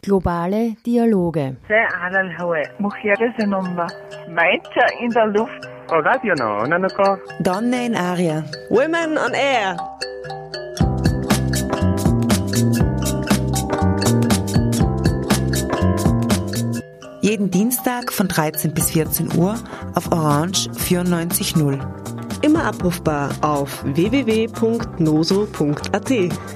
Globale Dialoge. in der Luft. Donne in aria. Women on Air. Jeden Dienstag von 13 bis 14 Uhr auf Orange 94.0. Immer abrufbar auf www.noso.at.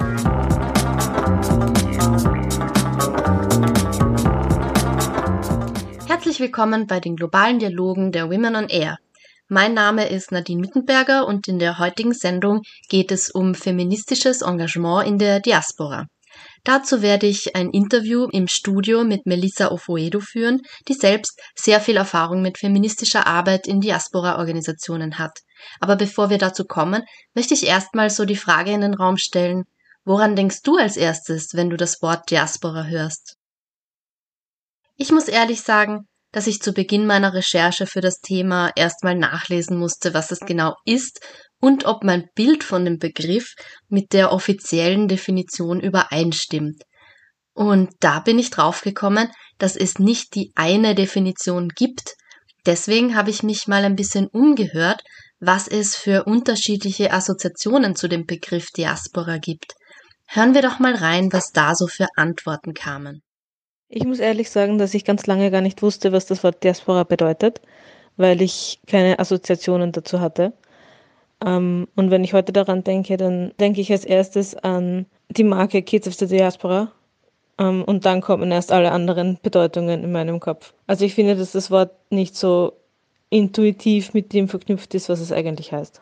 Herzlich willkommen bei den globalen Dialogen der Women on Air. Mein Name ist Nadine Mittenberger und in der heutigen Sendung geht es um feministisches Engagement in der Diaspora. Dazu werde ich ein Interview im Studio mit Melissa Ofoedo führen, die selbst sehr viel Erfahrung mit feministischer Arbeit in Diaspora-Organisationen hat. Aber bevor wir dazu kommen, möchte ich erstmal so die Frage in den Raum stellen: Woran denkst du als erstes, wenn du das Wort Diaspora hörst? Ich muss ehrlich sagen, dass ich zu Beginn meiner Recherche für das Thema erstmal nachlesen musste, was es genau ist und ob mein Bild von dem Begriff mit der offiziellen Definition übereinstimmt. Und da bin ich draufgekommen, dass es nicht die eine Definition gibt. Deswegen habe ich mich mal ein bisschen umgehört, was es für unterschiedliche Assoziationen zu dem Begriff Diaspora gibt. Hören wir doch mal rein, was da so für Antworten kamen. Ich muss ehrlich sagen, dass ich ganz lange gar nicht wusste, was das Wort Diaspora bedeutet, weil ich keine Assoziationen dazu hatte. Und wenn ich heute daran denke, dann denke ich als erstes an die Marke Kids of the Diaspora. Und dann kommen erst alle anderen Bedeutungen in meinem Kopf. Also ich finde, dass das Wort nicht so intuitiv mit dem verknüpft ist, was es eigentlich heißt.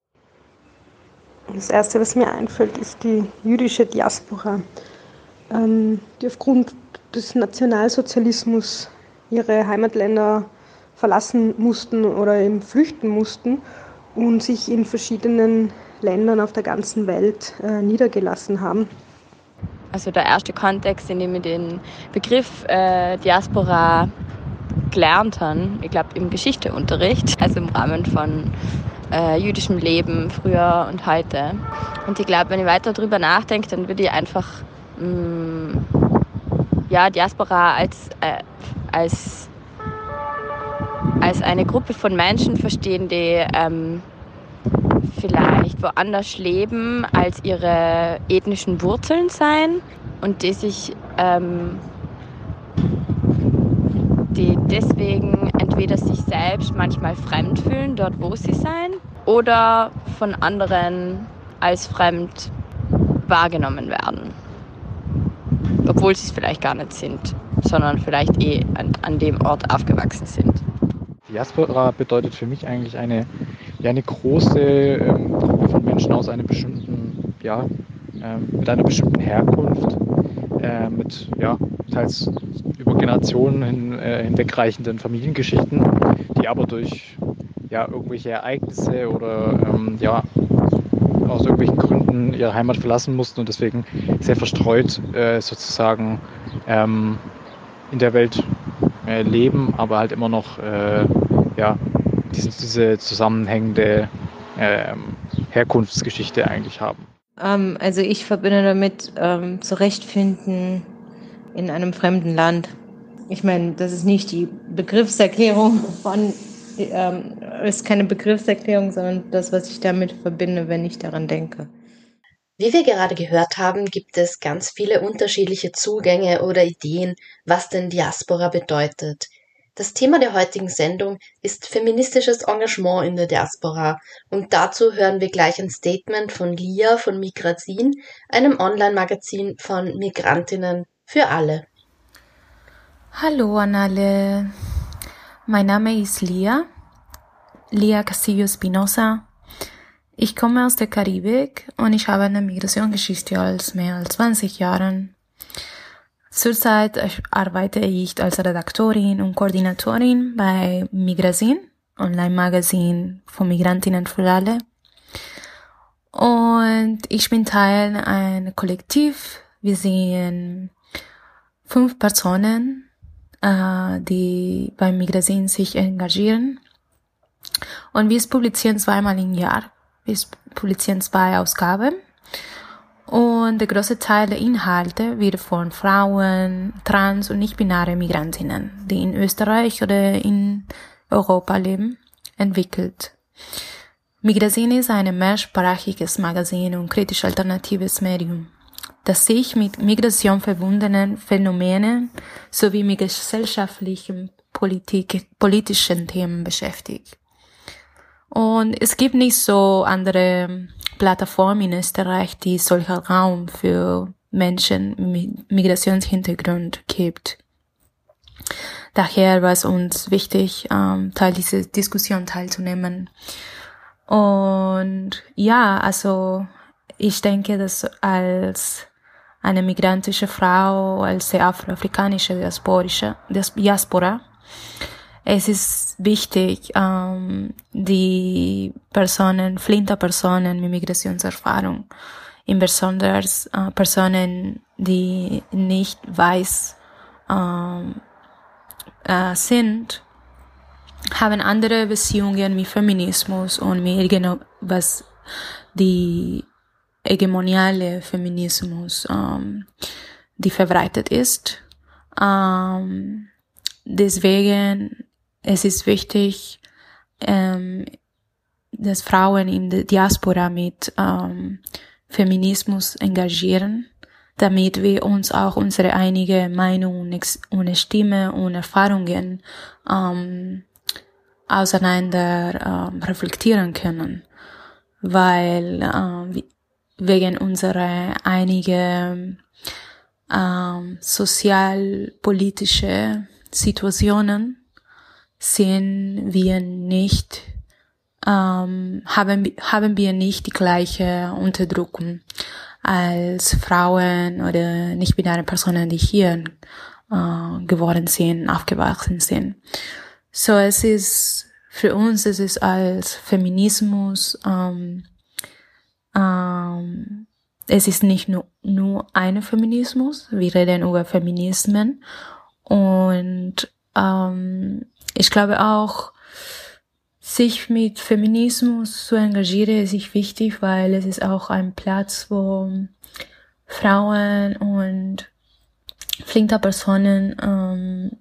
Das Erste, was mir einfällt, ist die jüdische Diaspora, die aufgrund des Nationalsozialismus ihre Heimatländer verlassen mussten oder eben flüchten mussten und sich in verschiedenen Ländern auf der ganzen Welt niedergelassen haben. Also der erste Kontext, in dem ich den Begriff Diaspora gelernt habe, ich glaube im Geschichteunterricht, also im Rahmen von jüdischem Leben früher und heute. Und ich glaube, wenn ich weiter darüber nachdenke, dann würde ich einfach Diaspora als eine Gruppe von Menschen verstehen, die vielleicht woanders leben als ihre ethnischen Wurzeln sein und die deswegen entweder sich selbst manchmal fremd fühlen, dort wo sie sein, oder von anderen als fremd wahrgenommen werden. Obwohl sie es vielleicht gar nicht sind, sondern vielleicht an dem Ort aufgewachsen sind. Diaspora bedeutet für mich eigentlich eine große Gruppe von Menschen aus einem bestimmten, mit einer bestimmten Herkunft, mit teils über Generationen hinwegreichenden Familiengeschichten, die aber durch irgendwelche Ereignisse oder aus irgendwelchen Gründen ihre Heimat verlassen mussten und deswegen sehr verstreut sozusagen in der Welt leben, aber halt immer noch diese zusammenhängende Herkunftsgeschichte eigentlich haben. Also ich verbinde damit zurechtfinden in einem fremden Land. Ich meine, das ist nicht die Begriffserklärung ist keine Begriffserklärung, sondern das, was ich damit verbinde, wenn ich daran denke. Wie wir gerade gehört haben, gibt es ganz viele unterschiedliche Zugänge oder Ideen, was denn Diaspora bedeutet. Das Thema der heutigen Sendung ist feministisches Engagement in der Diaspora und dazu hören wir gleich ein Statement von Lia von Migrazin, einem Online-Magazin von Migrantinnen für alle. Hallo an alle, mein Name ist Lia Castillo Espinosa. Ich komme aus der Karibik und ich habe eine Migrationsgeschichte aus mehr als 20 Jahren. Zurzeit arbeite ich als Redaktorin und Koordinatorin bei Migrazin, Online-Magazin von Migrantinnen für alle. Und ich bin Teil eines Kollektiv. Wir sind 5 Personen, die beim Migrazin sich engagieren. Und wir publizieren 2-mal im Jahr. Wir publizieren 2 Ausgaben. Und Und der große Teil der Inhalte wird von Frauen, trans- und nicht-binäre Migrantinnen, die in Österreich oder in Europa leben, entwickelt. Migrazin ist ein mehrsprachiges Magazin und kritisch alternatives Medium, das sich mit Migration verbundenen Phänomenen sowie mit gesellschaftlichen, politischen Themen beschäftigt. Und es gibt nicht so andere Plattformen in Österreich, die solchen Raum für Menschen mit Migrationshintergrund gibt. Daher war es uns wichtig, Teil dieser Diskussion teilzunehmen. Und ja, also ich denke, dass als eine migrantische Frau, als sehr afroafrikanische Diaspora, es ist wichtig, die fliehende Personen mit Migrationserfahrung, insbesondere Personen, die nicht weiß sind, haben andere Beziehungen mit Feminismus und mit irgendwas, die hegemoniale Feminismus, die verbreitet ist. Deswegen es ist wichtig, dass Frauen in der Diaspora mit Feminismus engagieren, damit wir uns auch unsere eigene Meinung und Stimme und Erfahrungen auseinander reflektieren können, weil wegen unserer einigen sozialpolitische Situationen haben wir nicht die gleiche Unterdrückung als Frauen oder nicht-binäre Personen, die hier geworden sind, aufgewachsen sind. So, es ist als Feminismus, es ist nicht nur ein Feminismus, wir reden über Feminismen und ich glaube auch, sich mit Feminismus zu engagieren, ist wichtig, weil es ist auch ein Platz, wo Frauen und fliehende Personen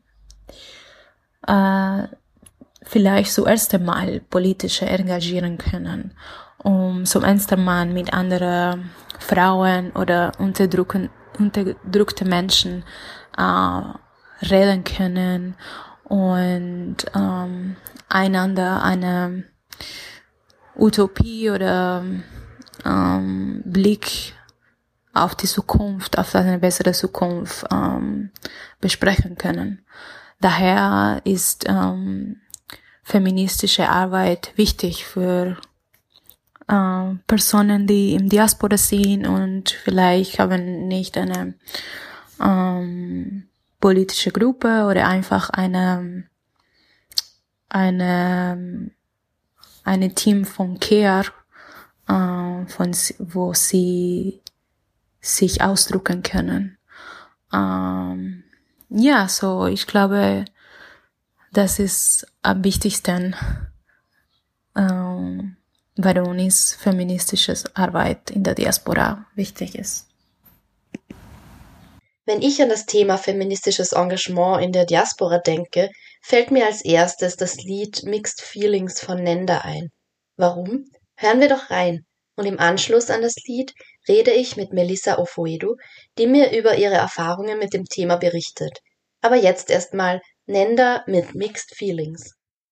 vielleicht zum ersten Mal politisch engagieren können, um zum ersten Mal mit anderen Frauen oder unterdrückte Menschen reden können und einander eine Utopie oder Blick auf die Zukunft, auf eine bessere Zukunft besprechen können. Daher ist feministische Arbeit wichtig für Personen, die im Diaspora sind und vielleicht haben nicht eine politische Gruppe oder einfach eine Team von Care, wo sie sich ausdrücken können. Ja, so ich glaube, das ist am wichtigsten, warum ist feministische Arbeit in der Diaspora wichtig ist. Wenn ich an das Thema feministisches Engagement in der Diaspora denke, fällt mir als erstes das Lied Mixed Feelings von Nenda ein. Warum? Hören wir doch rein. Und im Anschluss an das Lied rede ich mit Melissa Ofoedu, die mir über ihre Erfahrungen mit dem Thema berichtet. Aber jetzt erstmal Nenda mit Mixed Feelings.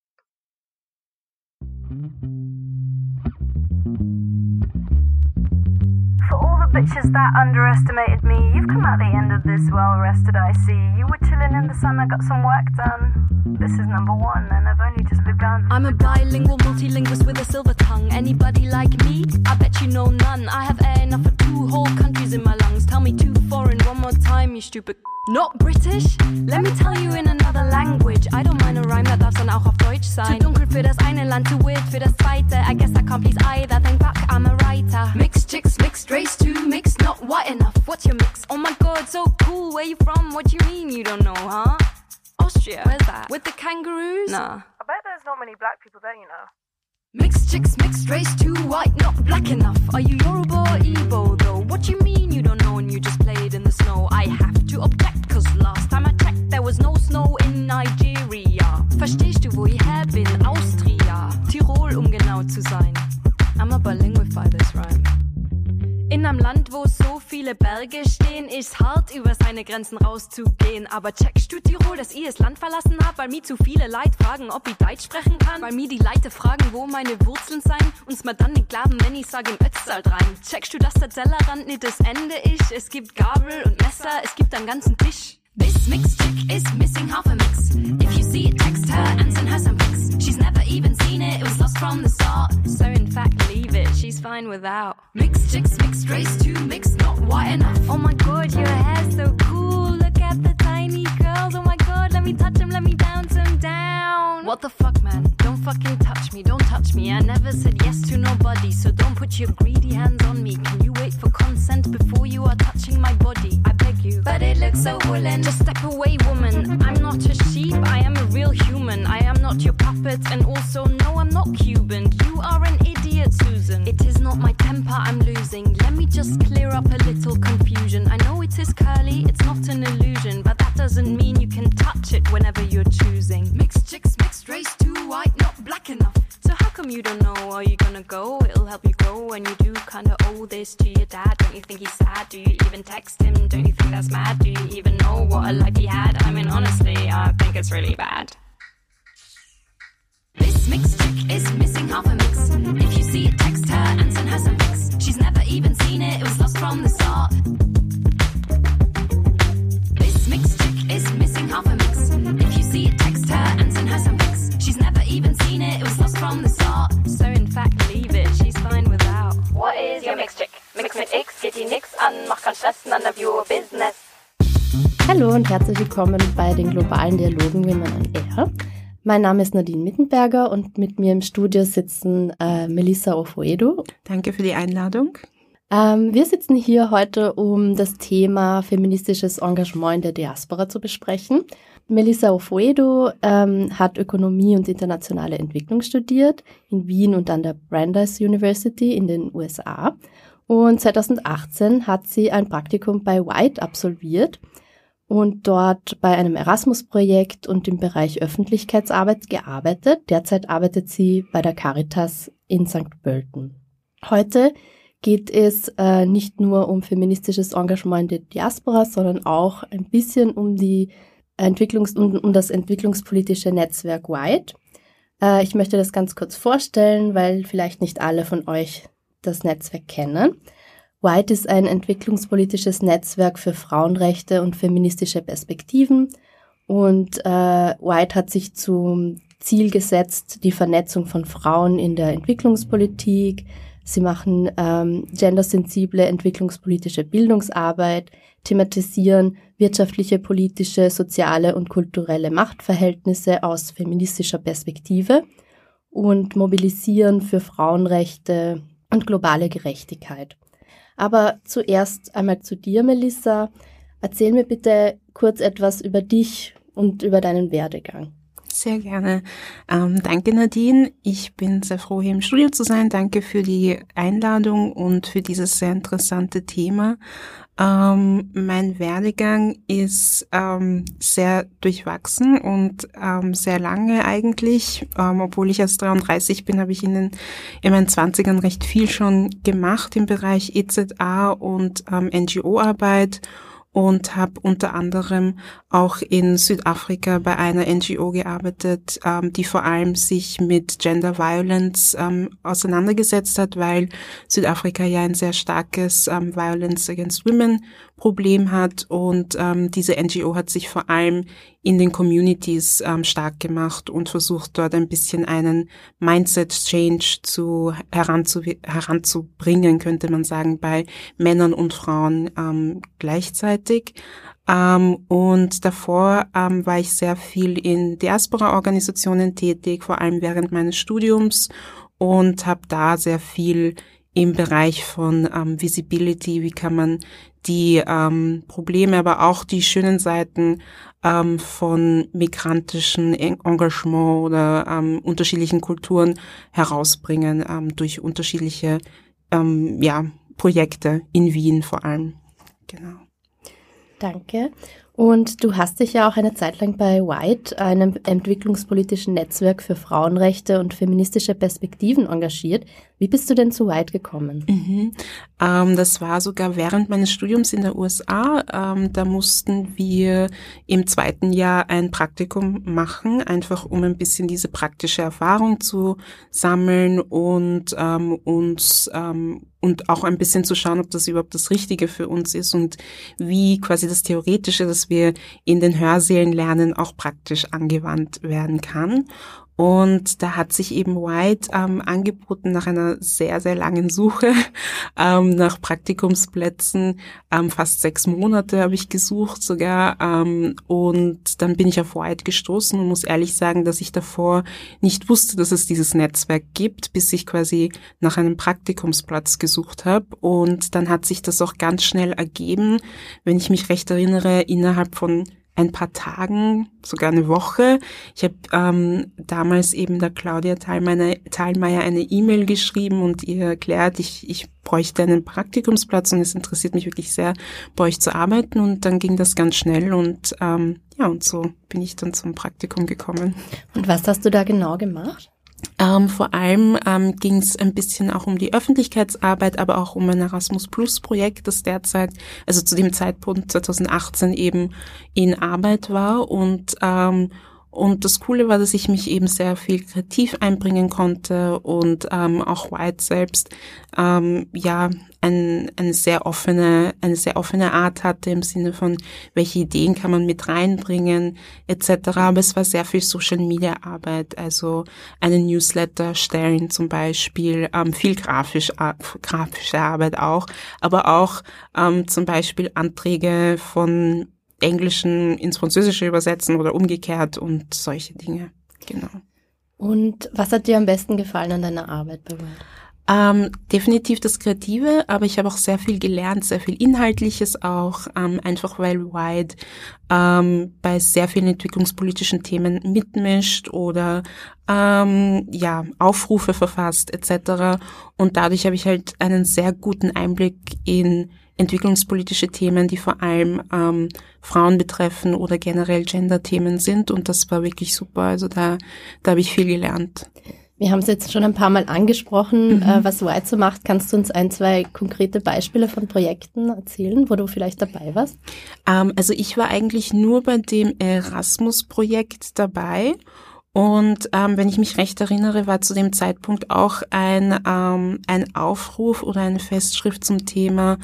Bitches that underestimated me, you've come out the end of this well rested, I see. You were chilling in the sun, I got some work done. This is number one and I've only just begun. I'm a bilingual multilingualist with a silver tongue. Anybody like me? I bet you know none. I have air enough for 2 whole countries in my lungs. Tell me 2 foreign one more time, you stupid. Not British? Let me tell you in another language. I don't mind a rhyme, that darf's dann auch auf Deutsch sein. Zu dunkel für das eine Land, too weird für das zweite. I guess I can't please either, thank fuck I'm a writer. Mixed chicks, mixed race, too mixed, not white enough. What's your mix? Oh my god, so cool, where you from? What do you mean you don't know, huh? Austria, where's that? With the kangaroos? Nah. I bet there's not many black people there, you know. Mixed chicks, mixed race, too white, not black enough. Are you Yoruba or Igbo though? What do you mean you In einem Land, wo so viele Berge stehen, ist hart, über seine Grenzen rauszugehen. Aber checkst du Tirol, dass ich das Land verlassen hab, weil mir zu viele Leute fragen, ob ich Deutsch sprechen kann? Weil mir die Leute fragen, wo meine Wurzeln sein, und mir dann nicht glauben, wenn ich sag im Ötztal rein. Checkst du, dass der Tellerrand nicht das Ende ist? Es gibt Gabel und Messer, es gibt einen ganzen Tisch. This mixed chick is missing half a mix. If you see it, text her and send her some pics. She's never even seen it, it was lost from the start. So in fact, leave it, she's fine without. Mixed chicks, mixed race, too mixed, not white enough. Oh my god, your hair's so cool. Look at the tiny curls, oh my god, let me touch them, let me bounce them down. What the fuck, man? Don't fucking touch me, don't touch me. I never said yes to nobody, so don't put your greedy hands on me. Can you wait for consent before you are touching my body? I beg you. But it looks so woolen. Just step away, woman. I'm not a sheep, I am a real human. I am not your puppet, and also, no, I'm not Cuban. You are an idiot, Susan. It is not my temper I'm losing. Let me just clear up a little confusion. I know it is curly, it's not an illusion, but that doesn't mean you can touch it whenever you're choosing. Mixed chicks, mixed race, too white, not black enough. So how come you don't know? Are you gonna go? It'll help you grow when you do kinda owe this to your dad. Don't you think he's sad? Do you even text him? Don't you think that's mad? Do you even know what a life he had? I mean, honestly, I think it's really bad. This mixed chick is missing half a mix. If you see it, text her and send her some pics. She's never even seen it, it was lost from the start. This mixed chick is missing half a mix. If you see it, text her and send her some pics. She's never even seen it, it was lost from the start. So in fact, leave it, she's fine without. What is your mixed chick? Mix mit X, geht die nix an, mach keinen Stress, none of your business. Hallo und herzlich willkommen bei den globalen Dialogen Women on Air. Mein Name ist Nadine Mittenberger und mit mir im Studio sitzen Melissa Ofoedu. Danke für die Einladung. Wir sitzen hier heute, um das Thema feministisches Engagement in der Diaspora zu besprechen. Melissa Ofoedu hat Ökonomie und internationale Entwicklung studiert in Wien und an der Brandeis University in den USA. Und 2018 hat sie ein Praktikum bei White absolviert und dort bei einem Erasmus-Projekt und im Bereich Öffentlichkeitsarbeit gearbeitet. Derzeit arbeitet sie bei der Caritas in St. Pölten. Heute geht es nicht nur um feministisches Engagement in der Diaspora, sondern auch ein bisschen um um das entwicklungspolitische Netzwerk White. Ich möchte das ganz kurz vorstellen, weil vielleicht nicht alle von euch das Netzwerk kennen. White ist ein entwicklungspolitisches Netzwerk für Frauenrechte und feministische Perspektiven und White hat sich zum Ziel gesetzt, die Vernetzung von Frauen in der Entwicklungspolitik. Sie machen gendersensible entwicklungspolitische Bildungsarbeit, thematisieren wirtschaftliche, politische, soziale und kulturelle Machtverhältnisse aus feministischer Perspektive und mobilisieren für Frauenrechte und globale Gerechtigkeit. Aber zuerst einmal zu dir, Melissa. Erzähl mir bitte kurz etwas über dich und über deinen Werdegang. Sehr gerne. Danke, Nadine. Ich bin sehr froh, hier im Studio zu sein. Danke für die Einladung und für dieses sehr interessante Thema. Mein Werdegang ist sehr durchwachsen und sehr lange eigentlich. Obwohl ich erst 33 bin, habe ich in meinen 20ern recht viel schon gemacht im Bereich EZA und NGO-Arbeit. Und habe unter anderem auch in Südafrika bei einer NGO gearbeitet, die vor allem sich mit Gender Violence auseinandergesetzt hat, weil Südafrika ja ein sehr starkes Violence Against Women Problem hat und diese NGO hat sich vor allem in den Communities stark gemacht und versucht dort ein bisschen einen Mindset-Change heranzubringen, könnte man sagen, bei Männern und Frauen gleichzeitig. Und davor war ich sehr viel in Diaspora-Organisationen tätig, vor allem während meines Studiums und habe da sehr viel im Bereich von Visibility, wie kann man die Probleme, aber auch die schönen Seiten von migrantischen Engagement oder unterschiedlichen Kulturen herausbringen durch unterschiedliche Projekte in Wien vor allem. Genau. Danke. Und du hast dich ja auch eine Zeit lang bei White, einem entwicklungspolitischen Netzwerk für Frauenrechte und feministische Perspektiven, engagiert. Wie Wie bist du denn zu White gekommen? Das war sogar während meines Studiums in der USA. Da mussten wir im 2. Jahr ein Praktikum machen, einfach um ein bisschen diese praktische Erfahrung zu sammeln und auch ein bisschen zu schauen, ob das überhaupt das Richtige für uns ist und wie quasi das Theoretische, das wir in den Hörsälen lernen, auch praktisch angewandt werden kann. Und da hat sich eben White angeboten nach einer sehr, sehr langen Suche nach Praktikumsplätzen. Fast 6 Monate habe ich gesucht sogar. Und dann bin ich auf White gestoßen und muss ehrlich sagen, dass ich davor nicht wusste, dass es dieses Netzwerk gibt, bis ich quasi nach einem Praktikumsplatz gesucht habe. Und dann hat sich das auch ganz schnell ergeben, wenn ich mich recht erinnere, innerhalb von ein paar Tagen, sogar eine Woche. Ich habe damals eben der Claudia Thalmeier eine E-Mail geschrieben und ihr erklärt, ich bräuchte einen Praktikumsplatz und es interessiert mich wirklich sehr, bei euch zu arbeiten. Und dann ging das ganz schnell und und so bin ich dann zum Praktikum gekommen. Und was hast du da genau gemacht? Vor allem ging es ein bisschen auch um die Öffentlichkeitsarbeit, aber auch um ein Erasmus-Plus-Projekt, das derzeit, also zu dem Zeitpunkt 2018 eben in Arbeit war. Und das Coole war, dass ich mich eben sehr viel kreativ einbringen konnte und auch White selbst eine sehr offene Art hatte im Sinne von, welche Ideen kann man mit reinbringen etc. Aber es war sehr viel Social-Media-Arbeit, also einen Newsletter erstellen zum Beispiel, viel grafische Arbeit auch, aber auch zum Beispiel Anträge von Englischen ins Französische übersetzen oder umgekehrt und solche Dinge, genau. Und was hat dir am besten gefallen an deiner Arbeit bei White? Definitiv das Kreative, aber ich habe auch sehr viel gelernt, sehr viel Inhaltliches auch, einfach weil White bei sehr vielen entwicklungspolitischen Themen mitmischt oder Aufrufe verfasst etc. Und dadurch habe ich halt einen sehr guten Einblick in entwicklungspolitische Themen, die vor allem Frauen betreffen oder generell Gender-Themen sind, und das war wirklich super. Also da habe ich viel gelernt. Wir haben es jetzt schon ein paar Mal angesprochen, was White so macht. Kannst du uns 1, 2 konkrete Beispiele von Projekten erzählen, wo du vielleicht dabei warst? Also ich war eigentlich nur bei dem Erasmus-Projekt dabei. Und wenn ich mich recht erinnere, war zu dem Zeitpunkt auch ein Aufruf oder eine Festschrift zum Thema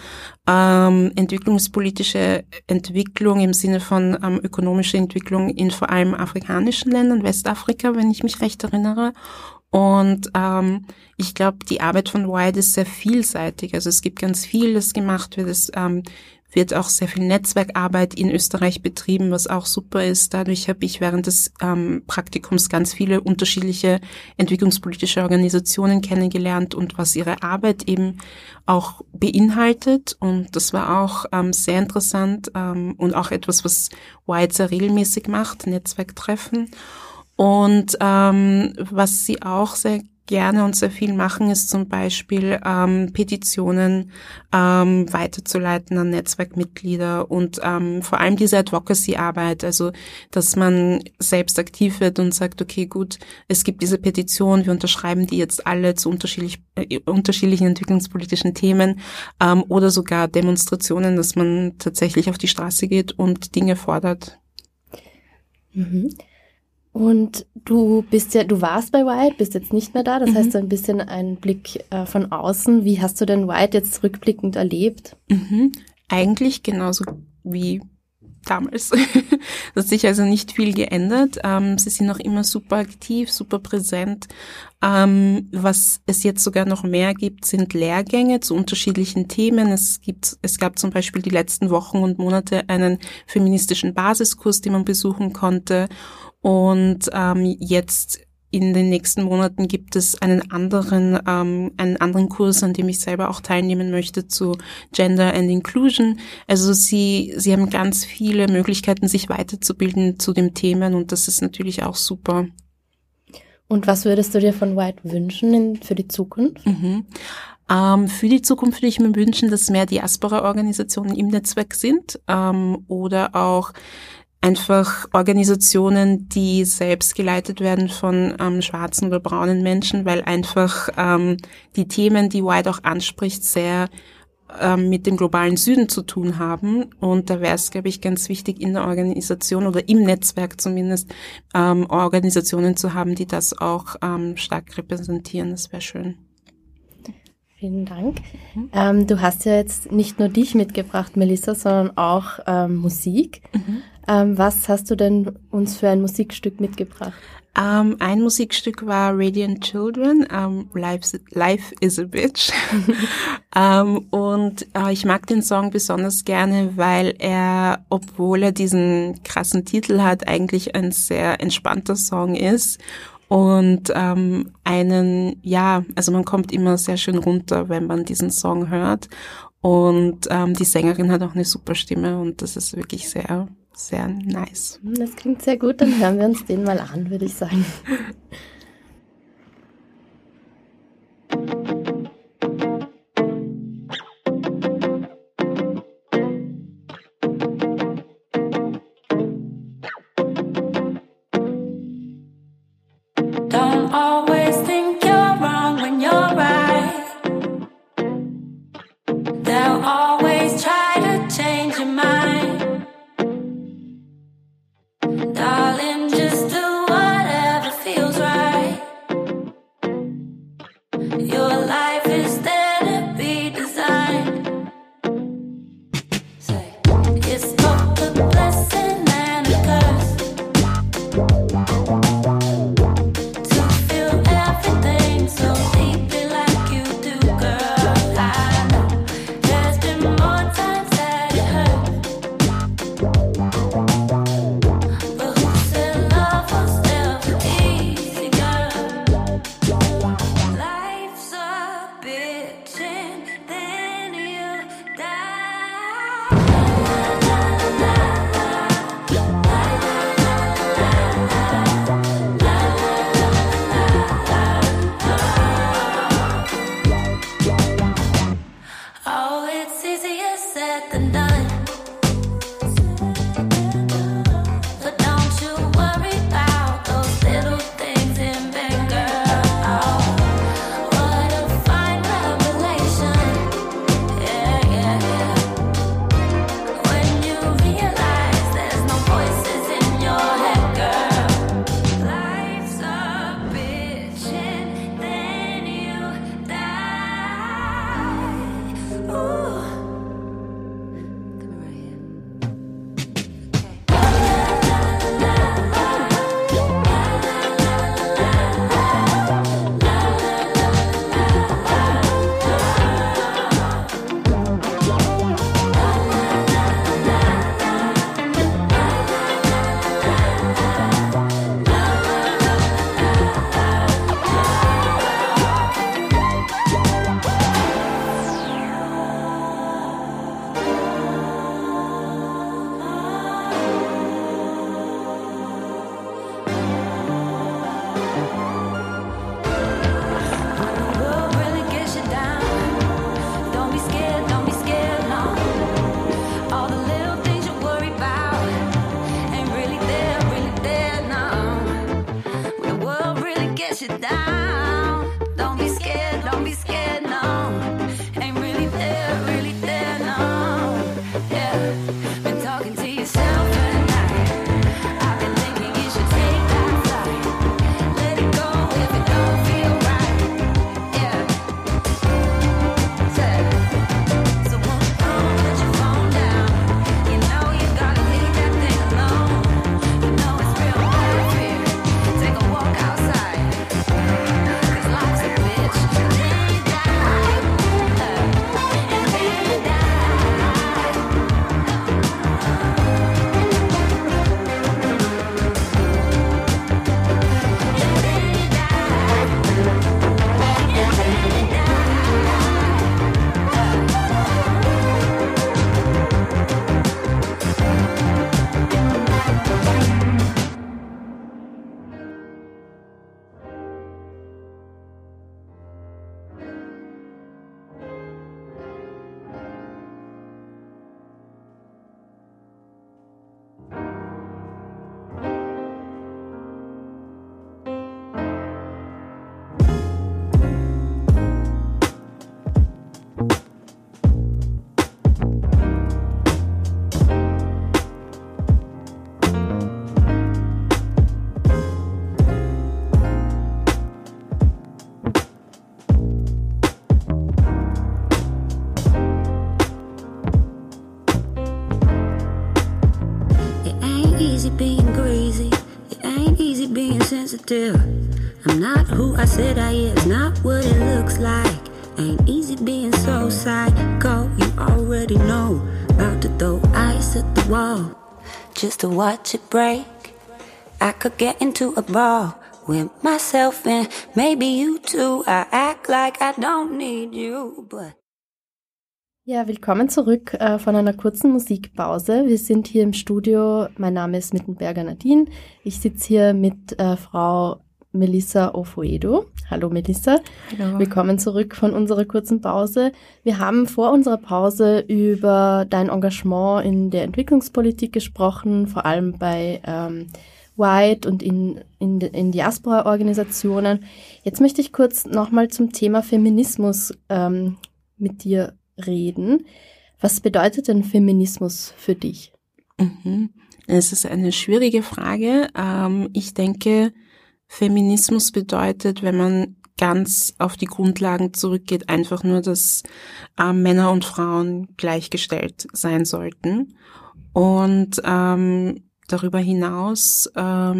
entwicklungspolitische Entwicklung im Sinne von ökonomische Entwicklung in vor allem afrikanischen Ländern, Westafrika, wenn ich mich recht erinnere. Und ich glaube, die Arbeit von White ist sehr vielseitig. Also es gibt ganz viel, das gemacht wird. Es wird auch sehr viel Netzwerkarbeit in Österreich betrieben, was auch super ist. Dadurch habe ich während des Praktikums ganz viele unterschiedliche entwicklungspolitische Organisationen kennengelernt und was ihre Arbeit eben auch beinhaltet. Und das war auch sehr interessant und auch etwas, was White sehr regelmäßig macht, Netzwerktreffen. Und was sie auch sehr gerne und sehr viel machen, ist zum Beispiel Petitionen weiterzuleiten an Netzwerkmitglieder und vor allem diese Advocacy-Arbeit, also dass man selbst aktiv wird und sagt, okay, gut, es gibt diese Petition, wir unterschreiben die jetzt alle zu unterschiedlichen entwicklungspolitischen Themen oder sogar Demonstrationen, dass man tatsächlich auf die Straße geht und Dinge fordert. Mhm. Und du warst bei White, bist jetzt nicht mehr da, das heißt so ein bisschen ein Blick von außen. Wie hast du denn White jetzt rückblickend erlebt? Eigentlich genauso wie damals. Das hat sich also nicht viel geändert. Sie sind noch immer super aktiv, super präsent. Was es jetzt sogar noch mehr gibt, sind Lehrgänge zu unterschiedlichen Themen. Es gab zum Beispiel die letzten Wochen und Monate einen feministischen Basiskurs, den man besuchen konnte. Und jetzt in den nächsten Monaten gibt es einen anderen Kurs, an dem ich selber auch teilnehmen möchte, zu Gender and Inclusion. Also sie haben ganz viele Möglichkeiten, sich weiterzubilden zu den Themen, und das ist natürlich auch super. Und was würdest du dir von White wünschen für die Zukunft? Für die Zukunft würde ich mir wünschen, dass mehr Diaspora-Organisationen im Netzwerk sind oder auch einfach Organisationen, die selbst geleitet werden von schwarzen oder braunen Menschen, weil einfach die Themen, die White auch anspricht, sehr mit dem globalen Süden zu tun haben. Und da wäre es, glaube ich, ganz wichtig, in der Organisation oder im Netzwerk zumindest Organisationen zu haben, die das auch stark repräsentieren. Das wäre schön. Vielen Dank. Du hast ja jetzt nicht nur dich mitgebracht, Melissa, sondern auch Musik. Was hast du denn uns für ein Musikstück mitgebracht? Ein Musikstück war Radiant Children, Life is a Bitch. Und ich mag den Song besonders gerne, weil er, obwohl er diesen krassen Titel hat, eigentlich ein sehr entspannter Song ist. Und also man kommt immer sehr schön runter, wenn man diesen Song hört. Und die Sängerin hat auch eine super Stimme und das ist wirklich sehr, sehr nice. Das klingt sehr gut, dann hören wir uns den mal an, würde ich sagen. Don't always think you're wrong when you're right. They'll always try to change your mind. Darling, just do whatever feels right. ain't easy being greasy. It ain't easy being sensitive. I'm not who I said I is, not what it looks like. Ain't easy being so psycho. You already know. About to throw ice at the wall, just to watch it break. I could get into a brawl with myself and maybe you too. I act like I don't need you, but... Ja, willkommen zurück von einer kurzen Musikpause. Wir sind hier im Studio. Mein Name ist Mittenberger Nadine. Ich sitze hier mit Frau Melissa Ofoedo. Hallo Melissa. Hallo. Willkommen zurück von unserer kurzen Pause. Wir haben vor unserer Pause über dein Engagement in der Entwicklungspolitik gesprochen, vor allem bei White und in Diaspora-Organisationen. Jetzt möchte ich kurz nochmal zum Thema Feminismus mit dir reden. Was bedeutet denn Feminismus für dich? Es ist eine schwierige Frage. Ich denke, Feminismus bedeutet, wenn man ganz auf die Grundlagen zurückgeht, einfach nur, dass Männer und Frauen gleichgestellt sein sollten. Und darüber hinaus,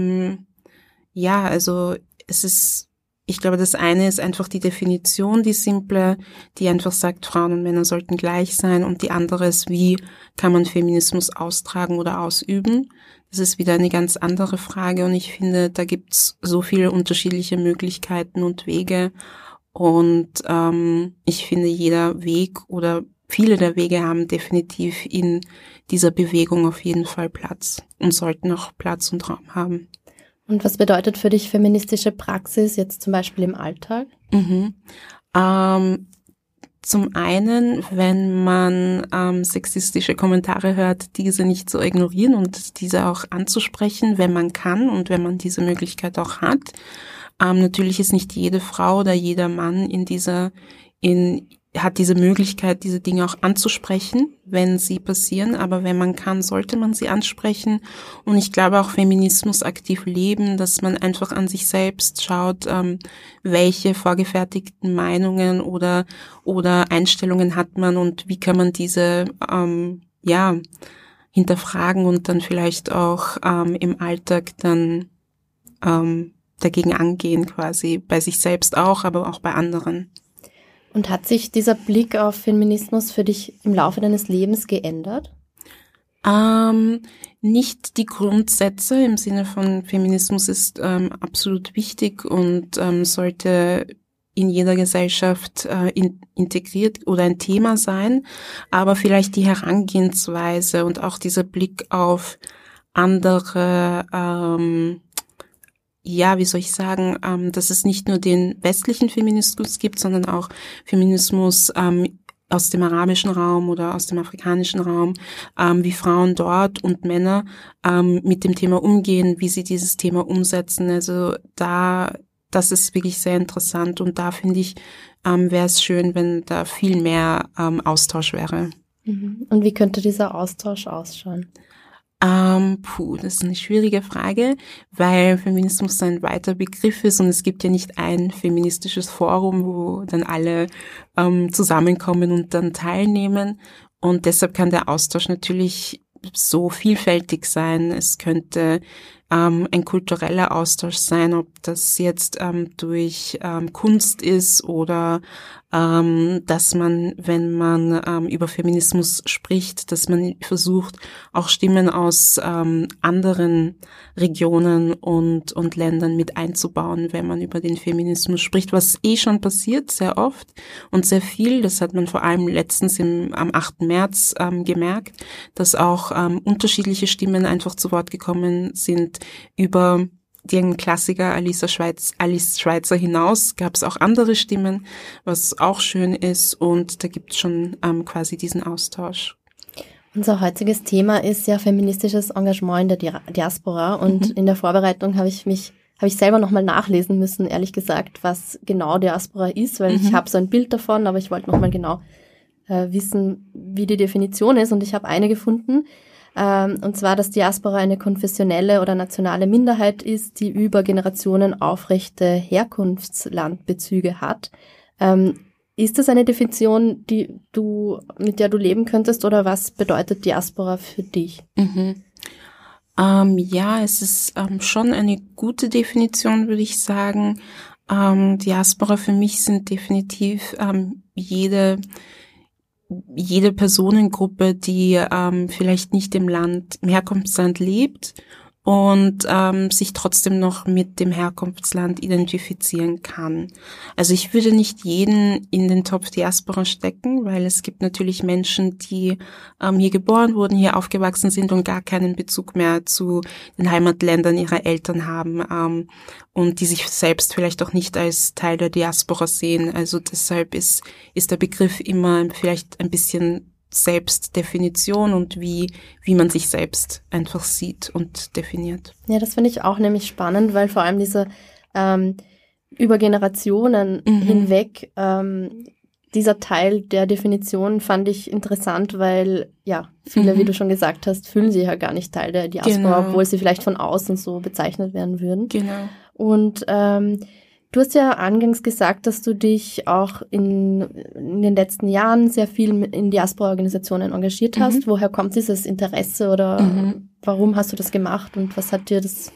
also es ist, ich glaube, das eine ist einfach die Definition, die simple, die einfach sagt, Frauen und Männer sollten gleich sein, und die andere ist, wie kann man Feminismus austragen oder ausüben. Das ist wieder eine ganz andere Frage, und ich finde, da gibt's so viele unterschiedliche Möglichkeiten und Wege, und ich finde, jeder Weg oder viele der Wege haben definitiv in dieser Bewegung auf jeden Fall Platz und sollten auch Platz und Raum haben. Und was bedeutet für dich feministische Praxis jetzt zum Beispiel im Alltag? Zum einen, wenn man sexistische Kommentare hört, diese nicht zu ignorieren und diese auch anzusprechen, wenn man kann und wenn man diese Möglichkeit auch hat. Natürlich ist nicht jede Frau oder jeder Mann hat diese Möglichkeit, diese Dinge auch anzusprechen, wenn sie passieren, aber wenn man kann, sollte man sie ansprechen. Und ich glaube auch Feminismus aktiv leben, dass man einfach an sich selbst schaut, welche vorgefertigten Meinungen oder Einstellungen hat man und wie kann man diese hinterfragen und dann vielleicht auch im Alltag dann dagegen angehen, quasi bei sich selbst auch, aber auch bei anderen. Und hat sich dieser Blick auf Feminismus für dich im Laufe deines Lebens geändert? Nicht die Grundsätze im Sinne von Feminismus ist absolut wichtig und sollte in jeder Gesellschaft integriert oder ein Thema sein, aber vielleicht die Herangehensweise und auch dieser Blick auf andere dass es nicht nur den westlichen Feminismus gibt, sondern auch Feminismus aus dem arabischen Raum oder aus dem afrikanischen Raum, wie Frauen dort und Männer mit dem Thema umgehen, wie sie dieses Thema umsetzen. Also das ist wirklich sehr interessant, und da finde ich, wäre es schön, wenn da viel mehr Austausch wäre. Und wie könnte dieser Austausch ausschauen? Das ist eine schwierige Frage, weil Feminismus ein weiter Begriff ist und es gibt ja nicht ein feministisches Forum, wo dann alle zusammenkommen und dann teilnehmen, und deshalb kann der Austausch natürlich so vielfältig sein. Es könnte ein kultureller Austausch sein, ob das jetzt durch Kunst ist oder dass man, wenn man über Feminismus spricht, dass man versucht, auch Stimmen aus anderen Regionen und Ländern mit einzubauen, wenn man über den Feminismus spricht, was schon passiert, sehr oft und sehr viel. Das hat man vor allem letztens am 8. März gemerkt, dass auch unterschiedliche Stimmen einfach zu Wort gekommen sind. Über den Klassiker Alice Schweitzer hinaus gab es auch andere Stimmen, was auch schön ist, und da gibt es schon quasi diesen Austausch. Unser heutiges Thema ist ja feministisches Engagement in der Diaspora, und in der Vorbereitung habe ich selber nochmal nachlesen müssen, ehrlich gesagt, was genau Diaspora ist, weil ich habe so ein Bild davon, aber ich wollte nochmal genau wissen, wie die Definition ist, und ich habe eine gefunden, und zwar, dass Diaspora eine konfessionelle oder nationale Minderheit ist, die über Generationen aufrechte Herkunftslandbezüge hat. Ist das eine Definition, mit der du leben könntest, oder was bedeutet Diaspora für dich? Ja, es ist schon eine gute Definition, würde ich sagen. Diaspora für mich sind definitiv jede Personengruppe, die vielleicht nicht im Herkunftsland lebt und sich trotzdem noch mit dem Herkunftsland identifizieren kann. Also ich würde nicht jeden in den Topf Diaspora stecken, weil es gibt natürlich Menschen, die hier geboren wurden, hier aufgewachsen sind und gar keinen Bezug mehr zu den Heimatländern ihrer Eltern haben und die sich selbst vielleicht auch nicht als Teil der Diaspora sehen. Also deshalb ist der Begriff immer vielleicht ein bisschen Selbstdefinition und wie man sich selbst einfach sieht und definiert. Ja, das finde ich auch nämlich spannend, weil vor allem diese über Generationen hinweg dieser Teil der Definition fand ich interessant, weil ja, viele, wie du schon gesagt hast, fühlen sich ja gar nicht Teil der Diaspora, obwohl sie vielleicht von außen so bezeichnet werden würden. Genau. Und du hast ja eingangs gesagt, dass du dich auch in den letzten Jahren sehr viel in Diaspora-Organisationen engagiert hast. Woher kommt dieses Interesse oder warum hast du das gemacht und was hat dir das...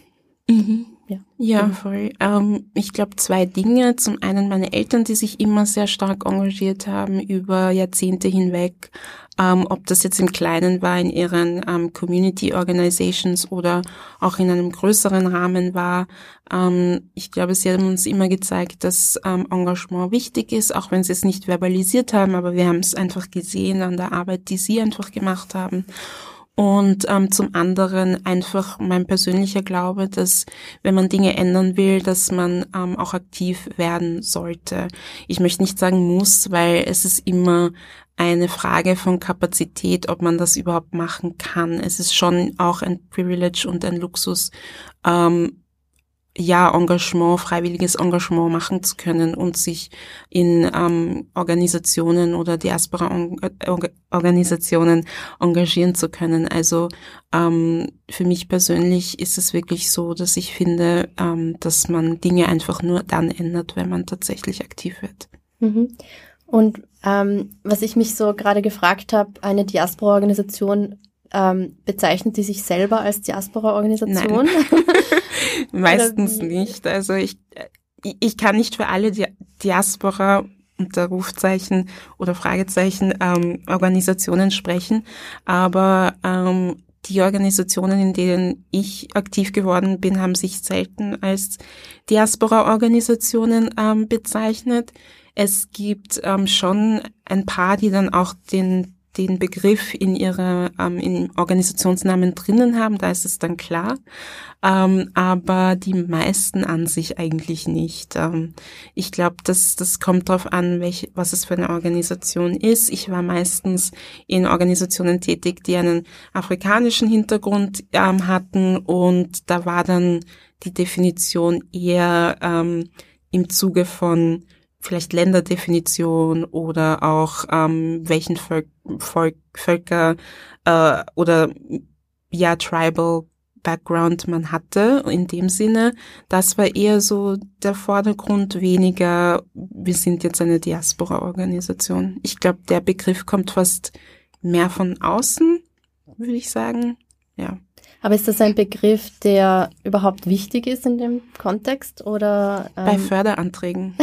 Ja, voll. Ich glaube 2 Dinge. Zum einen meine Eltern, die sich immer sehr stark engagiert haben über Jahrzehnte hinweg. Ob das jetzt im Kleinen war, in ihren Community Organizations oder auch in einem größeren Rahmen war. Ich glaube, sie haben uns immer gezeigt, dass Engagement wichtig ist, auch wenn sie es nicht verbalisiert haben, aber wir haben es einfach gesehen an der Arbeit, die sie einfach gemacht haben. Und zum anderen einfach mein persönlicher Glaube, dass wenn man Dinge ändern will, dass man auch aktiv werden sollte. Ich möchte nicht sagen muss, weil es ist immer eine Frage von Kapazität, ob man das überhaupt machen kann. Es ist schon auch ein Privilege und ein Luxus, Engagement, freiwilliges Engagement machen zu können und sich in Organisationen oder Diaspora-Organisationen engagieren zu können. Also für mich persönlich ist es wirklich so, dass ich finde, dass man Dinge einfach nur dann ändert, wenn man tatsächlich aktiv wird. Und was ich mich so gerade gefragt habe, eine Diaspora-Organisation, bezeichnet die sich selber als Diaspora-Organisation? Nein. Meistens nicht. Also ich kann nicht für alle Diaspora unter Rufzeichen oder Fragezeichen Organisationen sprechen, aber die Organisationen, in denen ich aktiv geworden bin, haben sich selten als Diaspora-Organisationen bezeichnet. Es gibt schon ein paar, die dann auch den Begriff in in Organisationsnamen drinnen haben, da ist es dann klar, aber die meisten an sich eigentlich nicht. Ich glaube, das kommt darauf an, was es für eine Organisation ist. Ich war meistens in Organisationen tätig, die einen afrikanischen Hintergrund hatten und da war dann die Definition eher im Zuge von vielleicht Länderdefinition oder auch welchen Völker oder Tribal Background man hatte. In dem Sinne, das war eher so der Vordergrund, weniger wir sind jetzt eine Diaspora-Organisation. Ich glaube, der Begriff kommt fast mehr von außen, würde ich sagen. Ja. Aber ist das ein Begriff, der überhaupt wichtig ist in dem Kontext oder? Bei Förderanträgen.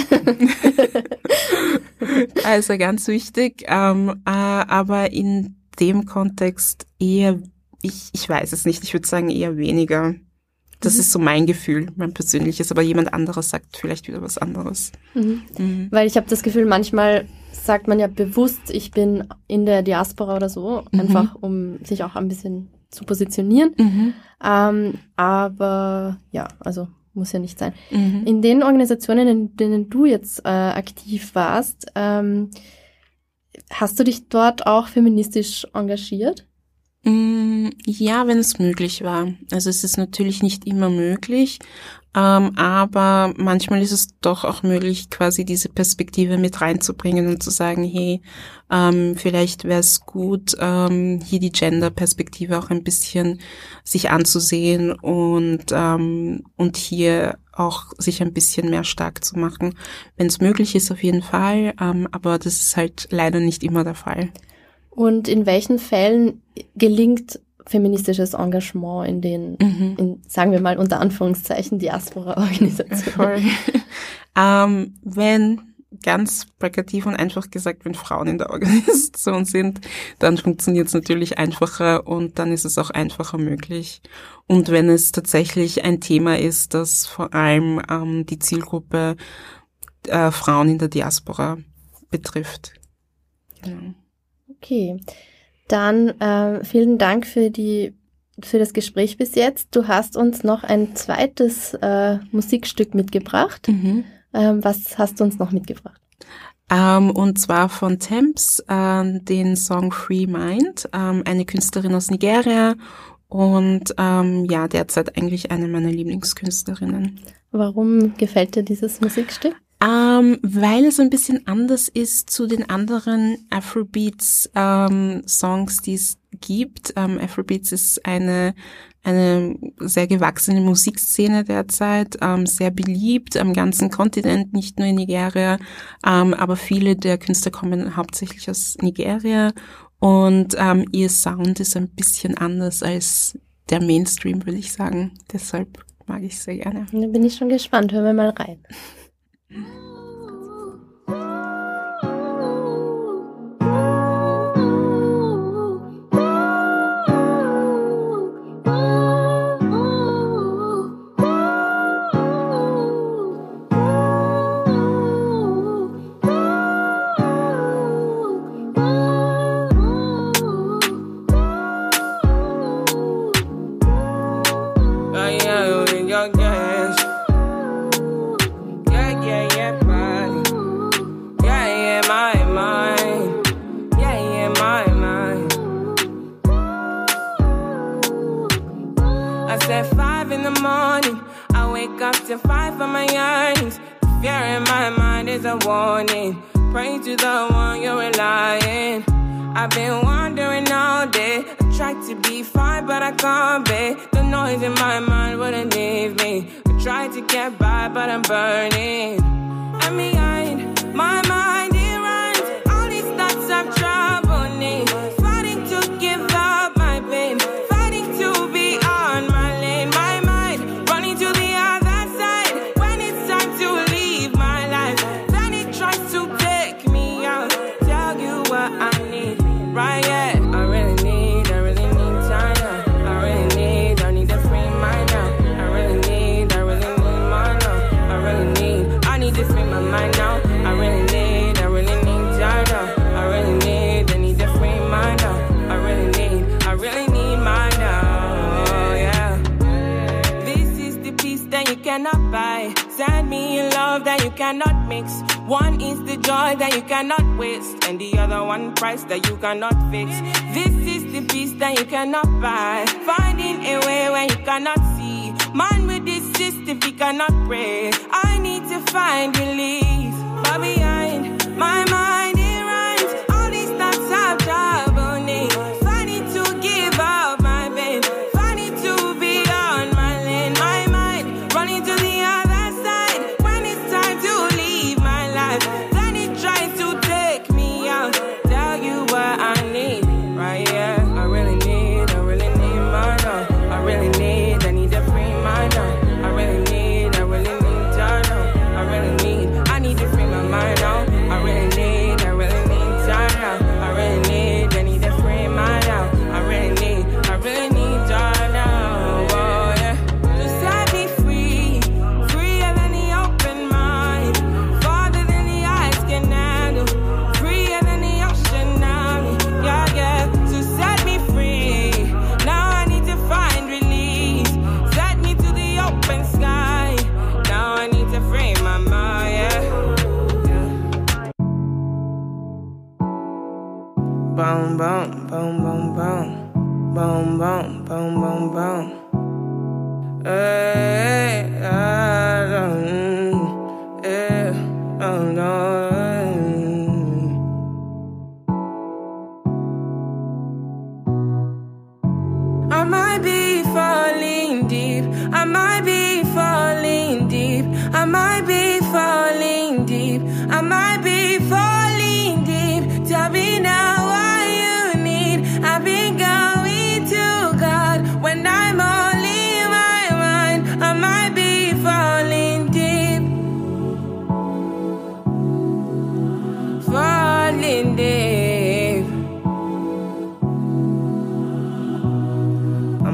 Also ganz wichtig, aber in dem Kontext eher, ich weiß es nicht, ich würde sagen eher weniger. Das ist so mein Gefühl, mein persönliches, aber jemand anderes sagt vielleicht wieder was anderes. Weil ich habe das Gefühl, manchmal sagt man ja bewusst, ich bin in der Diaspora oder so, einfach um sich auch ein bisschen zu positionieren. Aber ja, also muss ja nicht sein. In den Organisationen, in denen du jetzt aktiv warst, hast du dich dort auch feministisch engagiert? Ja, wenn es möglich war. Also es ist natürlich nicht immer möglich, aber manchmal ist es doch auch möglich, quasi diese Perspektive mit reinzubringen und zu sagen, hey, vielleicht wäre es gut, hier die Gender-Perspektive auch ein bisschen sich anzusehen und hier auch sich ein bisschen mehr stark zu machen. Wenn es möglich ist, auf jeden Fall, aber das ist halt leider nicht immer der Fall. Und in welchen Fällen gelingt feministisches Engagement in den, sagen wir mal unter Anführungszeichen, Diaspora-Organisationen? Wenn ganz plakativ und einfach gesagt, wenn Frauen in der Organisation sind, dann funktioniert es natürlich einfacher und dann ist es auch einfacher möglich. Und wenn es tatsächlich ein Thema ist, das vor allem die Zielgruppe Frauen in der Diaspora betrifft. Genau. Okay, dann vielen Dank für das Gespräch bis jetzt. Du hast uns noch ein zweites Musikstück mitgebracht. Was hast du uns noch mitgebracht? Und zwar von Temps, den Song Free Mind, eine Künstlerin aus Nigeria und derzeit eigentlich eine meiner Lieblingskünstlerinnen. Warum gefällt dir dieses Musikstück? Weil es ein bisschen anders ist zu den anderen Afrobeats-Songs, die es gibt. Afrobeats ist eine sehr gewachsene Musikszene derzeit, sehr beliebt am ganzen Kontinent, nicht nur in Nigeria, aber viele der Künstler kommen hauptsächlich aus Nigeria und ihr Sound ist ein bisschen anders als der Mainstream, würde ich sagen. Deshalb mag ich es sehr gerne. Da bin ich schon gespannt. Hören wir mal rein. That you cannot fix. This is the peace that you cannot buy. Finding a way when you cannot see. Man with this system, he cannot pray. I need to find relief. But behind my mind, it runs. All these thoughts have trouble me. Finding to give up my pain. Finding to be on my lane. My mind running to the other side. When it's time to leave my life, then it tries to take me out. What I need, right? Yeah, I really need my love. I need to free my love. I really need your love. I need to free my mind now. I really need your love. I need to free my love. I really need your love. Oh yeah, to set me free, freer than the open mind, farther than the eyes can handle, freer than the ocean now. Yeah, to set me free. Now I need to find release. Set me to the open sky. Now I need to free my mind, yeah. Boom, boom, boom, boom, boom. Boom, boom, boom, boom, boom. Hey, oh no. I might be falling deep. I might be falling deep. I might be falling deep. I might be falling deep. Tell me now what you need. I've been going to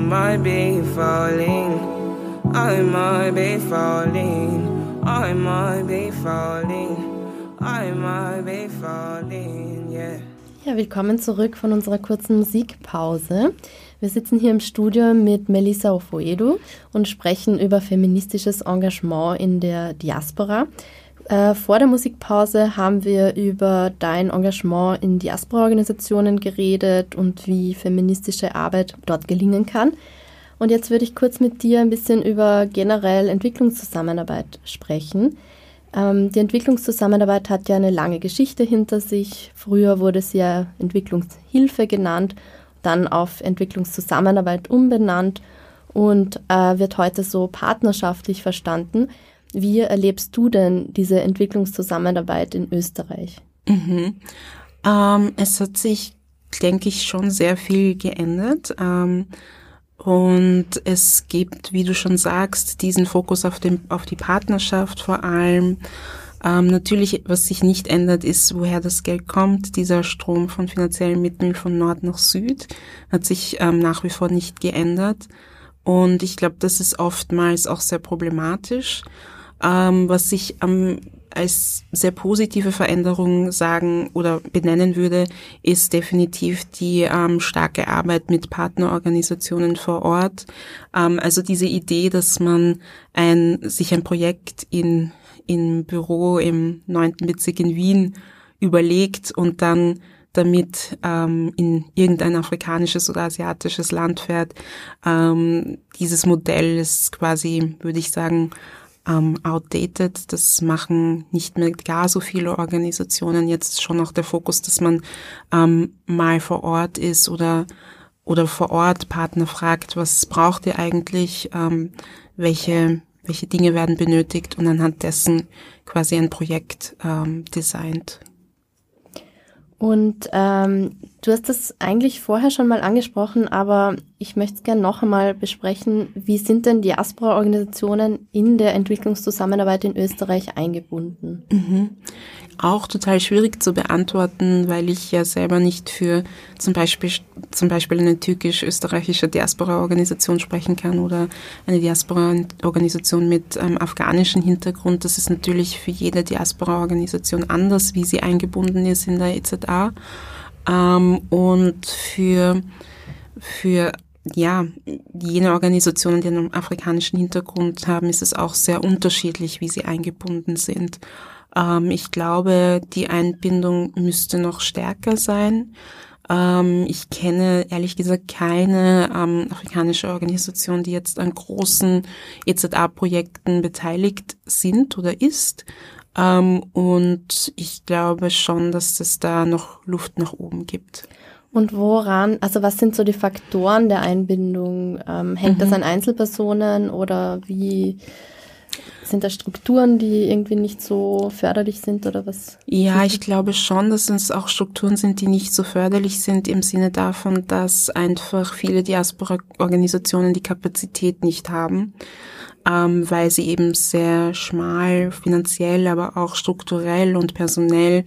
might be falling. I might be falling. I might be falling. I might be falling, yeah. Ja, willkommen zurück von unserer kurzen Musikpause. Wir sitzen hier im Studio mit Melissa Ofoedu und sprechen über feministisches Engagement in der Diaspora. Vor der Musikpause haben wir über dein Engagement in Diaspora-Organisationen geredet und wie feministische Arbeit dort gelingen kann. Und jetzt würde ich kurz mit dir ein bisschen über generell Entwicklungszusammenarbeit sprechen. Die Entwicklungszusammenarbeit hat ja eine lange Geschichte hinter sich. Früher wurde sie ja Entwicklungshilfe genannt, dann auf Entwicklungszusammenarbeit umbenannt und wird heute so partnerschaftlich verstanden. Wie erlebst du denn diese Entwicklungszusammenarbeit in Österreich? Es hat sich, denke ich, schon sehr viel geändert. Und es gibt, wie du schon sagst, diesen Fokus auf die Partnerschaft vor allem. Natürlich, was sich nicht ändert, ist, woher das Geld kommt. Dieser Strom von finanziellen Mitteln von Nord nach Süd hat sich nach wie vor nicht geändert. Und ich glaube, das ist oftmals auch sehr problematisch. Was ich als sehr positive Veränderung sagen oder benennen würde, ist definitiv die starke Arbeit mit Partnerorganisationen vor Ort. Also diese Idee, dass man sich ein Projekt im Büro im 9. Bezirk in Wien überlegt und dann damit in irgendein afrikanisches oder asiatisches Land fährt. Dieses Modell ist quasi, würde ich sagen, outdated. Das machen nicht mehr gar so viele Organisationen. Jetzt schon auch der Fokus, dass man mal vor Ort ist oder vor Ort Partner fragt, was braucht ihr eigentlich, welche Dinge werden benötigt und anhand dessen quasi ein Projekt designt. Und du hast das eigentlich vorher schon mal angesprochen, aber ich möchte es gerne noch einmal besprechen. Wie sind denn Diaspora-Organisationen in der Entwicklungszusammenarbeit in Österreich eingebunden? Auch total schwierig zu beantworten, weil ich ja selber nicht für zum Beispiel eine türkisch-österreichische Diaspora-Organisation sprechen kann oder eine Diaspora-Organisation mit afghanischem Hintergrund. Das ist natürlich für jede Diaspora-Organisation anders, wie sie eingebunden ist in der EZA. Und für jene Organisationen, die einen afrikanischen Hintergrund haben, ist es auch sehr unterschiedlich, wie sie eingebunden sind. Ich glaube, die Einbindung müsste noch stärker sein. Ich kenne ehrlich gesagt keine afrikanische Organisation, die jetzt an großen EZA-Projekten beteiligt sind oder ist. Und ich glaube schon, dass es da noch Luft nach oben gibt. Und was sind so die Faktoren der Einbindung? Hängt das an Einzelpersonen oder wie sind da Strukturen, die irgendwie nicht so förderlich sind oder was? Ja, ich glaube schon, dass es auch Strukturen sind, die nicht so förderlich sind im Sinne davon, dass einfach viele Diaspora-Organisationen die Kapazität nicht haben, weil sie eben sehr schmal finanziell, aber auch strukturell und personell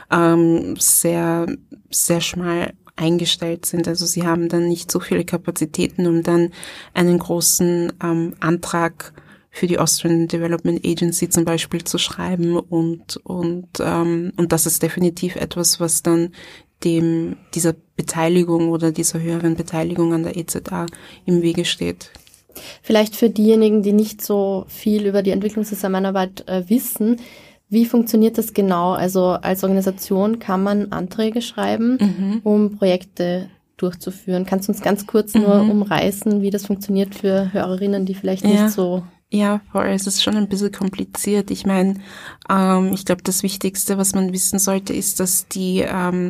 sehr, sehr schmal eingestellt sind. Also sie haben dann nicht so viele Kapazitäten, um dann einen großen Antrag für die Austrian Development Agency zum Beispiel zu schreiben und das ist definitiv etwas, was dann dieser Beteiligung oder dieser höheren Beteiligung an der EZA im Wege steht. Vielleicht für diejenigen, die nicht so viel über die Entwicklungszusammenarbeit wissen, wie funktioniert das genau? Also als Organisation kann man Anträge schreiben, um Projekte durchzuführen. Kannst du uns ganz kurz nur umreißen, wie das funktioniert für Hörerinnen, die vielleicht nicht so... Ja, es ist schon ein bisschen kompliziert. Ich meine, ich glaube, das Wichtigste, was man wissen sollte, ist, dass die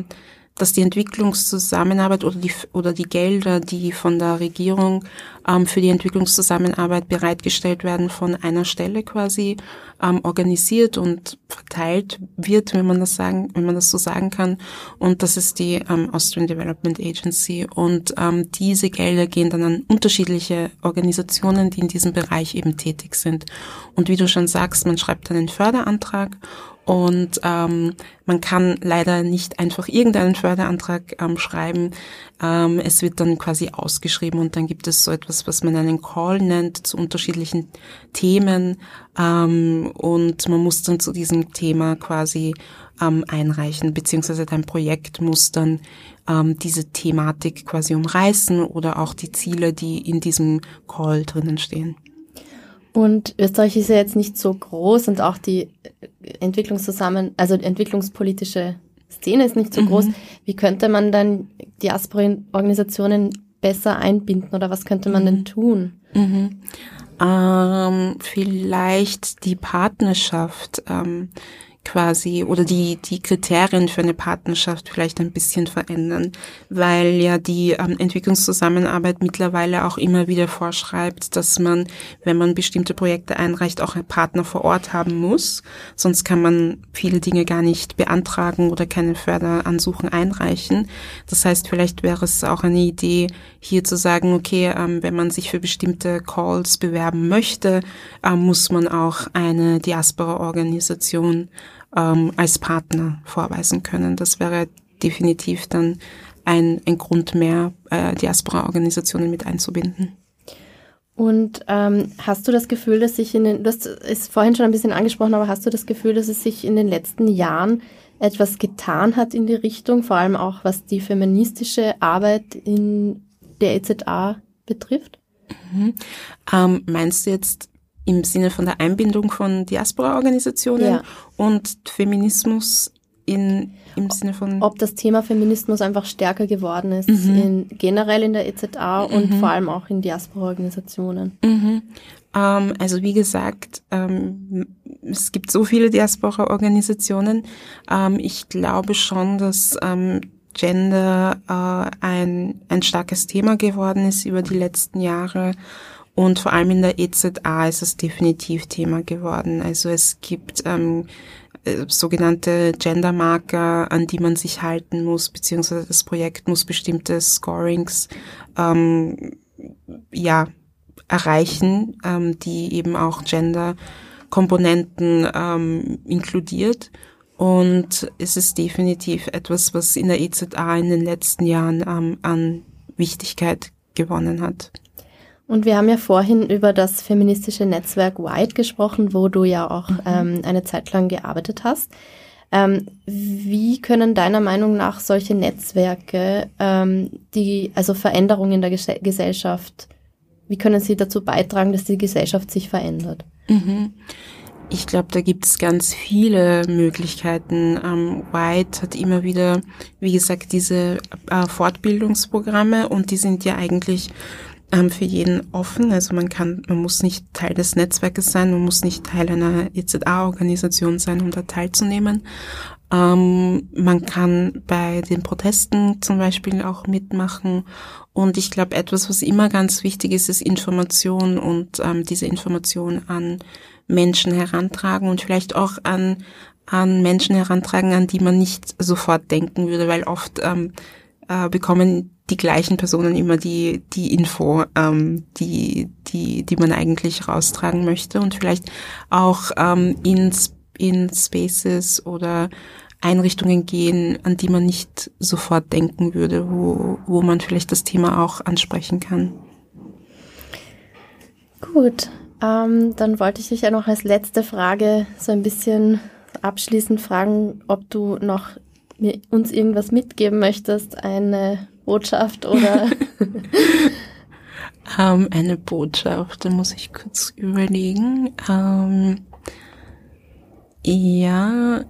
Entwicklungszusammenarbeit oder die Gelder, die von der Regierung für die Entwicklungszusammenarbeit bereitgestellt werden, von einer Stelle quasi organisiert und verteilt wird, wenn man das so sagen kann. Und das ist die Austrian Development Agency. Und diese Gelder gehen dann an unterschiedliche Organisationen, die in diesem Bereich eben tätig sind. Und wie du schon sagst, man schreibt dann einen Förderantrag Und man kann leider nicht einfach irgendeinen Förderantrag schreiben. Es wird dann quasi ausgeschrieben und dann gibt es so etwas, was man einen Call nennt zu unterschiedlichen Themen. Und man muss dann zu diesem Thema quasi einreichen, beziehungsweise dein Projekt muss dann diese Thematik quasi umreißen oder auch die Ziele, die in diesem Call drinnen stehen. Und Österreich ist ja jetzt nicht so groß und auch die entwicklungspolitische Szene ist nicht so groß. Wie könnte man dann Diaspora-Organisationen besser einbinden oder was könnte man denn tun? Vielleicht die Partnerschaft quasi oder die Kriterien für eine Partnerschaft vielleicht ein bisschen verändern, weil ja die Entwicklungszusammenarbeit mittlerweile auch immer wieder vorschreibt, dass man, wenn man bestimmte Projekte einreicht, auch einen Partner vor Ort haben muss. Sonst kann man viele Dinge gar nicht beantragen oder keine Förderansuchen einreichen. Das heißt, vielleicht wäre es auch eine Idee, hier zu sagen, okay, wenn man sich für bestimmte Calls bewerben möchte, muss man auch eine Diaspora-Organisation als Partner vorweisen können. Das wäre definitiv dann ein Grund mehr, Diaspora-Organisationen mit einzubinden. Und hast du das Gefühl, dass sich du hast es vorhin schon ein bisschen angesprochen, aber hast du das Gefühl, dass es sich in den letzten Jahren etwas getan hat in die Richtung, vor allem auch was die feministische Arbeit in der EZA betrifft? Meinst du jetzt im Sinne von der Einbindung von Diaspora-Organisationen und Feminismus im Sinne von... Ob das Thema Feminismus einfach stärker geworden ist, generell in der EZA und vor allem auch in Diaspora-Organisationen. Also wie gesagt, es gibt so viele Diaspora-Organisationen. Ich glaube schon, dass Gender ein starkes Thema geworden ist über die letzten Jahre. Und vor allem in der EZA ist es definitiv Thema geworden. Also es gibt sogenannte Gender-Marker, an die man sich halten muss, beziehungsweise das Projekt muss bestimmte Scorings erreichen, die eben auch Gender-Komponenten inkludiert. Und es ist definitiv etwas, was in der EZA in den letzten Jahren an Wichtigkeit gewonnen hat. Und wir haben ja vorhin über das feministische Netzwerk White gesprochen, wo du ja auch eine Zeit lang gearbeitet hast. Wie können deiner Meinung nach solche Netzwerke also Veränderungen in der Gesellschaft, wie können sie dazu beitragen, dass die Gesellschaft sich verändert? Ich glaube, da gibt es ganz viele Möglichkeiten. White hat immer wieder, wie gesagt, diese Fortbildungsprogramme und die sind ja eigentlich für jeden offen. Also man muss nicht Teil des Netzwerkes sein, man muss nicht Teil einer EZA-Organisation sein, um da teilzunehmen. Man kann bei den Protesten zum Beispiel auch mitmachen. Und ich glaube, etwas, was immer ganz wichtig ist, ist Information und diese Information an Menschen herantragen und vielleicht auch an Menschen herantragen, an die man nicht sofort denken würde, weil oft bekommen die gleichen Personen immer die Info, die man eigentlich raustragen möchte und vielleicht auch in Spaces oder Einrichtungen gehen, an die man nicht sofort denken würde, wo man vielleicht das Thema auch ansprechen kann. Gut, dann wollte ich dich ja noch als letzte Frage so ein bisschen abschließend fragen, ob du noch uns irgendwas mitgeben möchtest, eine Botschaft oder... Eine Botschaft, da muss ich kurz überlegen. Ja,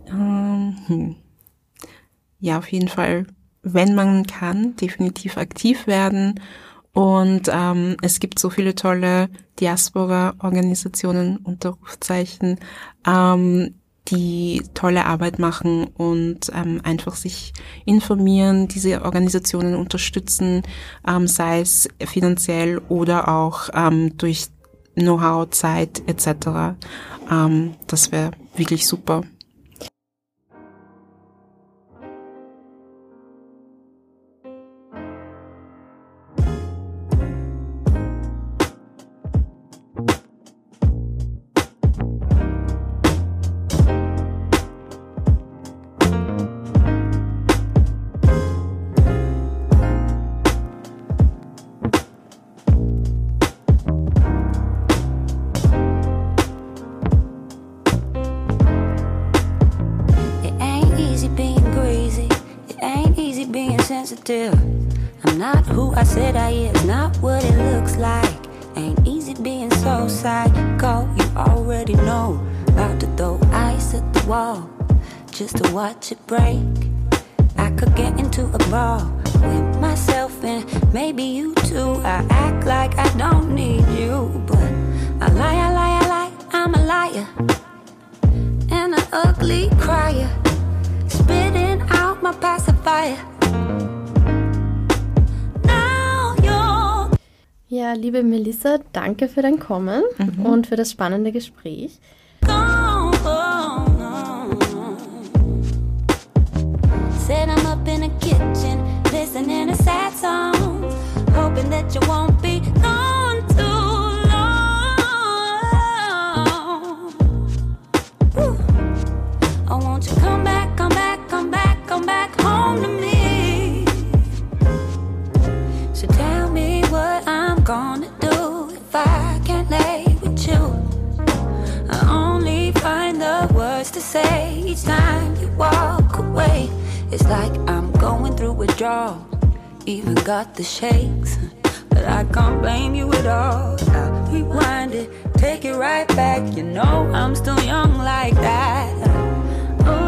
auf jeden Fall, wenn man kann, definitiv aktiv werden. Und es gibt so viele tolle Diaspora-Organisationen unter Rufzeichen, die tolle Arbeit machen und einfach sich informieren, diese Organisationen unterstützen, sei es finanziell oder auch durch Know-how, Zeit etc. Das wäre wirklich super. not who I said I is, not what it looks like. Ain't easy being so psycho, you already know. About to throw ice at the wall, just to watch it break. I could get into a brawl with myself and maybe you too. I act like I don't need you, but I lie, I'm a liar and an ugly crier, spitting out my pacifier. Ja, liebe Melissa, danke für dein Kommen und für das spannende Gespräch. Said I'm up in the kitchen, listening to sad songs, hoping that you won't be gone too long. Whew. Oh, won't you come back, come back, come back, come back home to me? So tell me what I'm gonna do if I can't lay with you. I only find the words to say each time you walk away. It's like I'm going through withdrawal, even got the shakes, but I can't blame you at all. I'll rewind it, take it right back, you know I'm still young like that. Oh,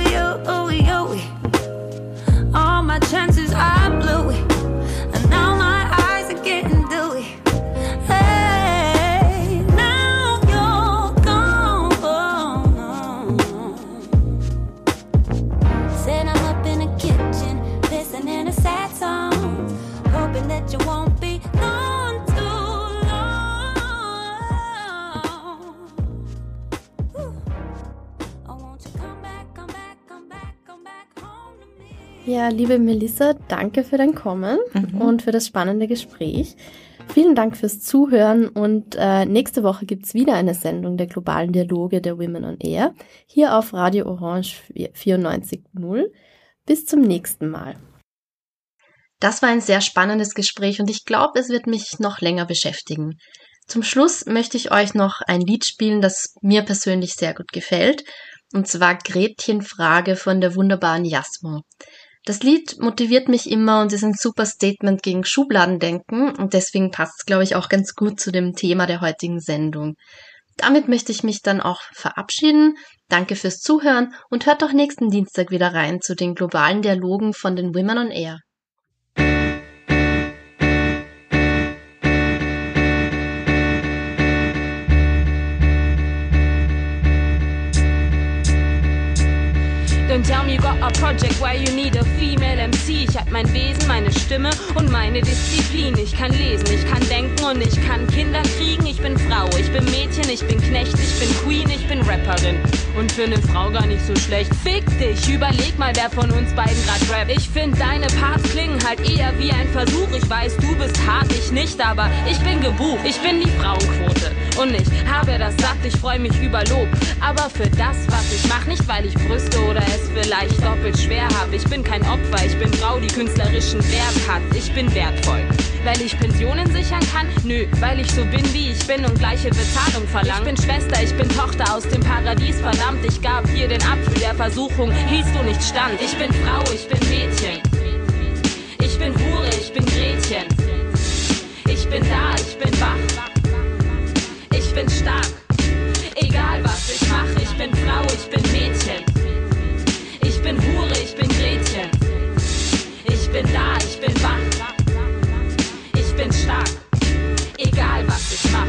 all my chances I blew it, and now my eyes are getting dewy. Hey, now you're gone. Said I'm up in the kitchen, listening to sad songs, hoping that you won't be gone too long. Oh, won't you come back, come back, come back, come back home to me? Ja, liebe Melissa, danke für dein Kommen und für das spannende Gespräch. Vielen Dank fürs Zuhören und nächste Woche gibt's wieder eine Sendung der globalen Dialoge der Women on Air, hier auf Radio Orange 94.0. Bis zum nächsten Mal. Das war ein sehr spannendes Gespräch und ich glaube, es wird mich noch länger beschäftigen. Zum Schluss möchte ich euch noch ein Lied spielen, das mir persönlich sehr gut gefällt, und zwar Gretchenfrage von der wunderbaren Jasmo. Das Lied motiviert mich immer und ist ein super Statement gegen Schubladendenken und deswegen passt es, glaube ich, auch ganz gut zu dem Thema der heutigen Sendung. Damit möchte ich mich dann auch verabschieden. Danke fürs Zuhören und hört doch nächsten Dienstag wieder rein zu den globalen Dialogen von den Women on Air. Don't tell me you got a project where you need a female MC. Ich hab mein Wesen, meine Stimme und meine Disziplin. Ich kann lesen, ich kann denken und ich kann Kinder kriegen. Ich bin Frau, ich bin Mädchen, ich bin Knecht, ich bin Queen, ich bin Rapperin. Und für eine Frau gar nicht so schlecht. Fick dich, überleg mal, wer von uns beiden grad rappt. Ich find, deine Parts klingen halt eher wie ein Versuch. Ich weiß, du bist hart, ich nicht, aber ich bin gebucht. Ich bin die Frauenquote und ich habe das satt. Ich freu mich über Lob, aber für das, was ich mach, nicht weil ich Brüste oder es vielleicht doppelt schwer hab. Ich bin kein Opfer, ich bin Frau, die künstlerischen Wert hat. Ich bin wertvoll, weil ich Pensionen sichern kann? Nö, weil ich so bin, wie ich bin und gleiche Bezahlung verlang. Ich bin Schwester, ich bin Tochter aus dem Paradies, verdammt. Ich gab hier den Apfel der Versuchung, hieß du nicht stand. Ich bin Frau, ich bin Mädchen. Ich bin Hure, ich bin Gretchen. Ich bin da, ich bin wach. Ich bin stark, egal was ich mach. Ich bin Frau, ich bin Mädchen. Ich bin Hure, ich bin Gretchen. Ich bin da, ich bin wach. Ich bin stark, egal was ich mach.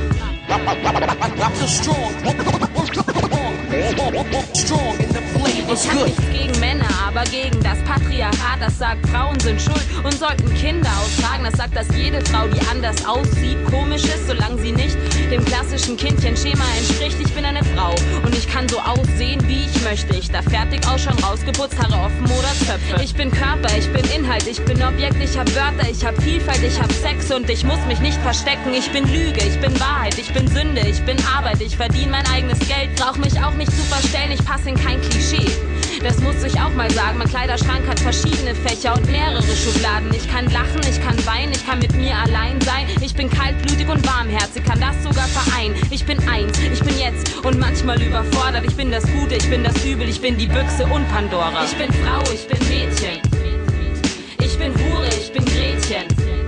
Ich hab nichts gegen Männer, aber gegen das Patriarchat, das sagt, Frauen sind schuld und sollten Kinder austragen. Das sagt, dass jede Frau, die anders aussieht, komisch ist, solange sie nicht dem klassischen Kindchenschema entspricht. Ich bin eine Frau und ich kann so aussehen, wie ich möchte. Ich darf fertig ausschauen, rausgeputzt, Haare offen oder Zöpfe. Ich bin Körper, ich bin Inhalt, ich bin Objekt, ich hab Wörter, ich hab Vielfalt, ich hab Sex und ich muss mich nicht verstecken. Ich bin Lüge, ich bin Wahrheit, ich bin Sünde, ich bin Arbeit, ich verdiene mein eigenes Geld, brauch mich auch nicht zu verstellen, ich passe in kein Klischee. Das muss ich auch mal sagen, mein Kleiderschrank hat verschiedene Fächer und mehrere Schubladen. Ich kann lachen, ich kann weinen, ich kann mit mir allein sein. Ich bin kaltblütig und warmherzig, kann das sogar vereinen. Ich bin eins, ich bin jetzt und manchmal überfordert. Ich bin das Gute, ich bin das Übel, ich bin die Büchse und Pandora. Ich bin Frau, ich bin Mädchen. Ich bin Hure, ich bin Gretchen.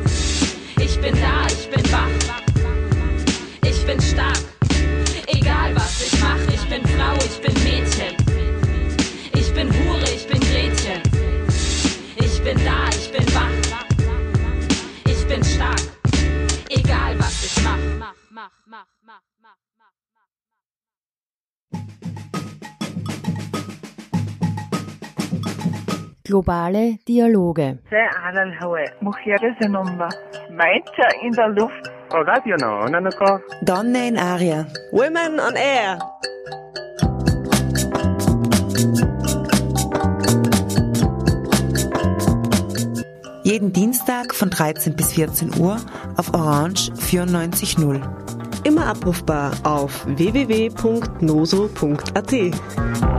Globale Dialoge. ساعة على الهواء، مخيرة نمبر، ميتة in der Luft. Radio Nanaka. Donne in Aria. Women on Air. Jeden Dienstag von 13 bis 14 Uhr auf Orange 94.0. Immer abrufbar auf www.noso.at.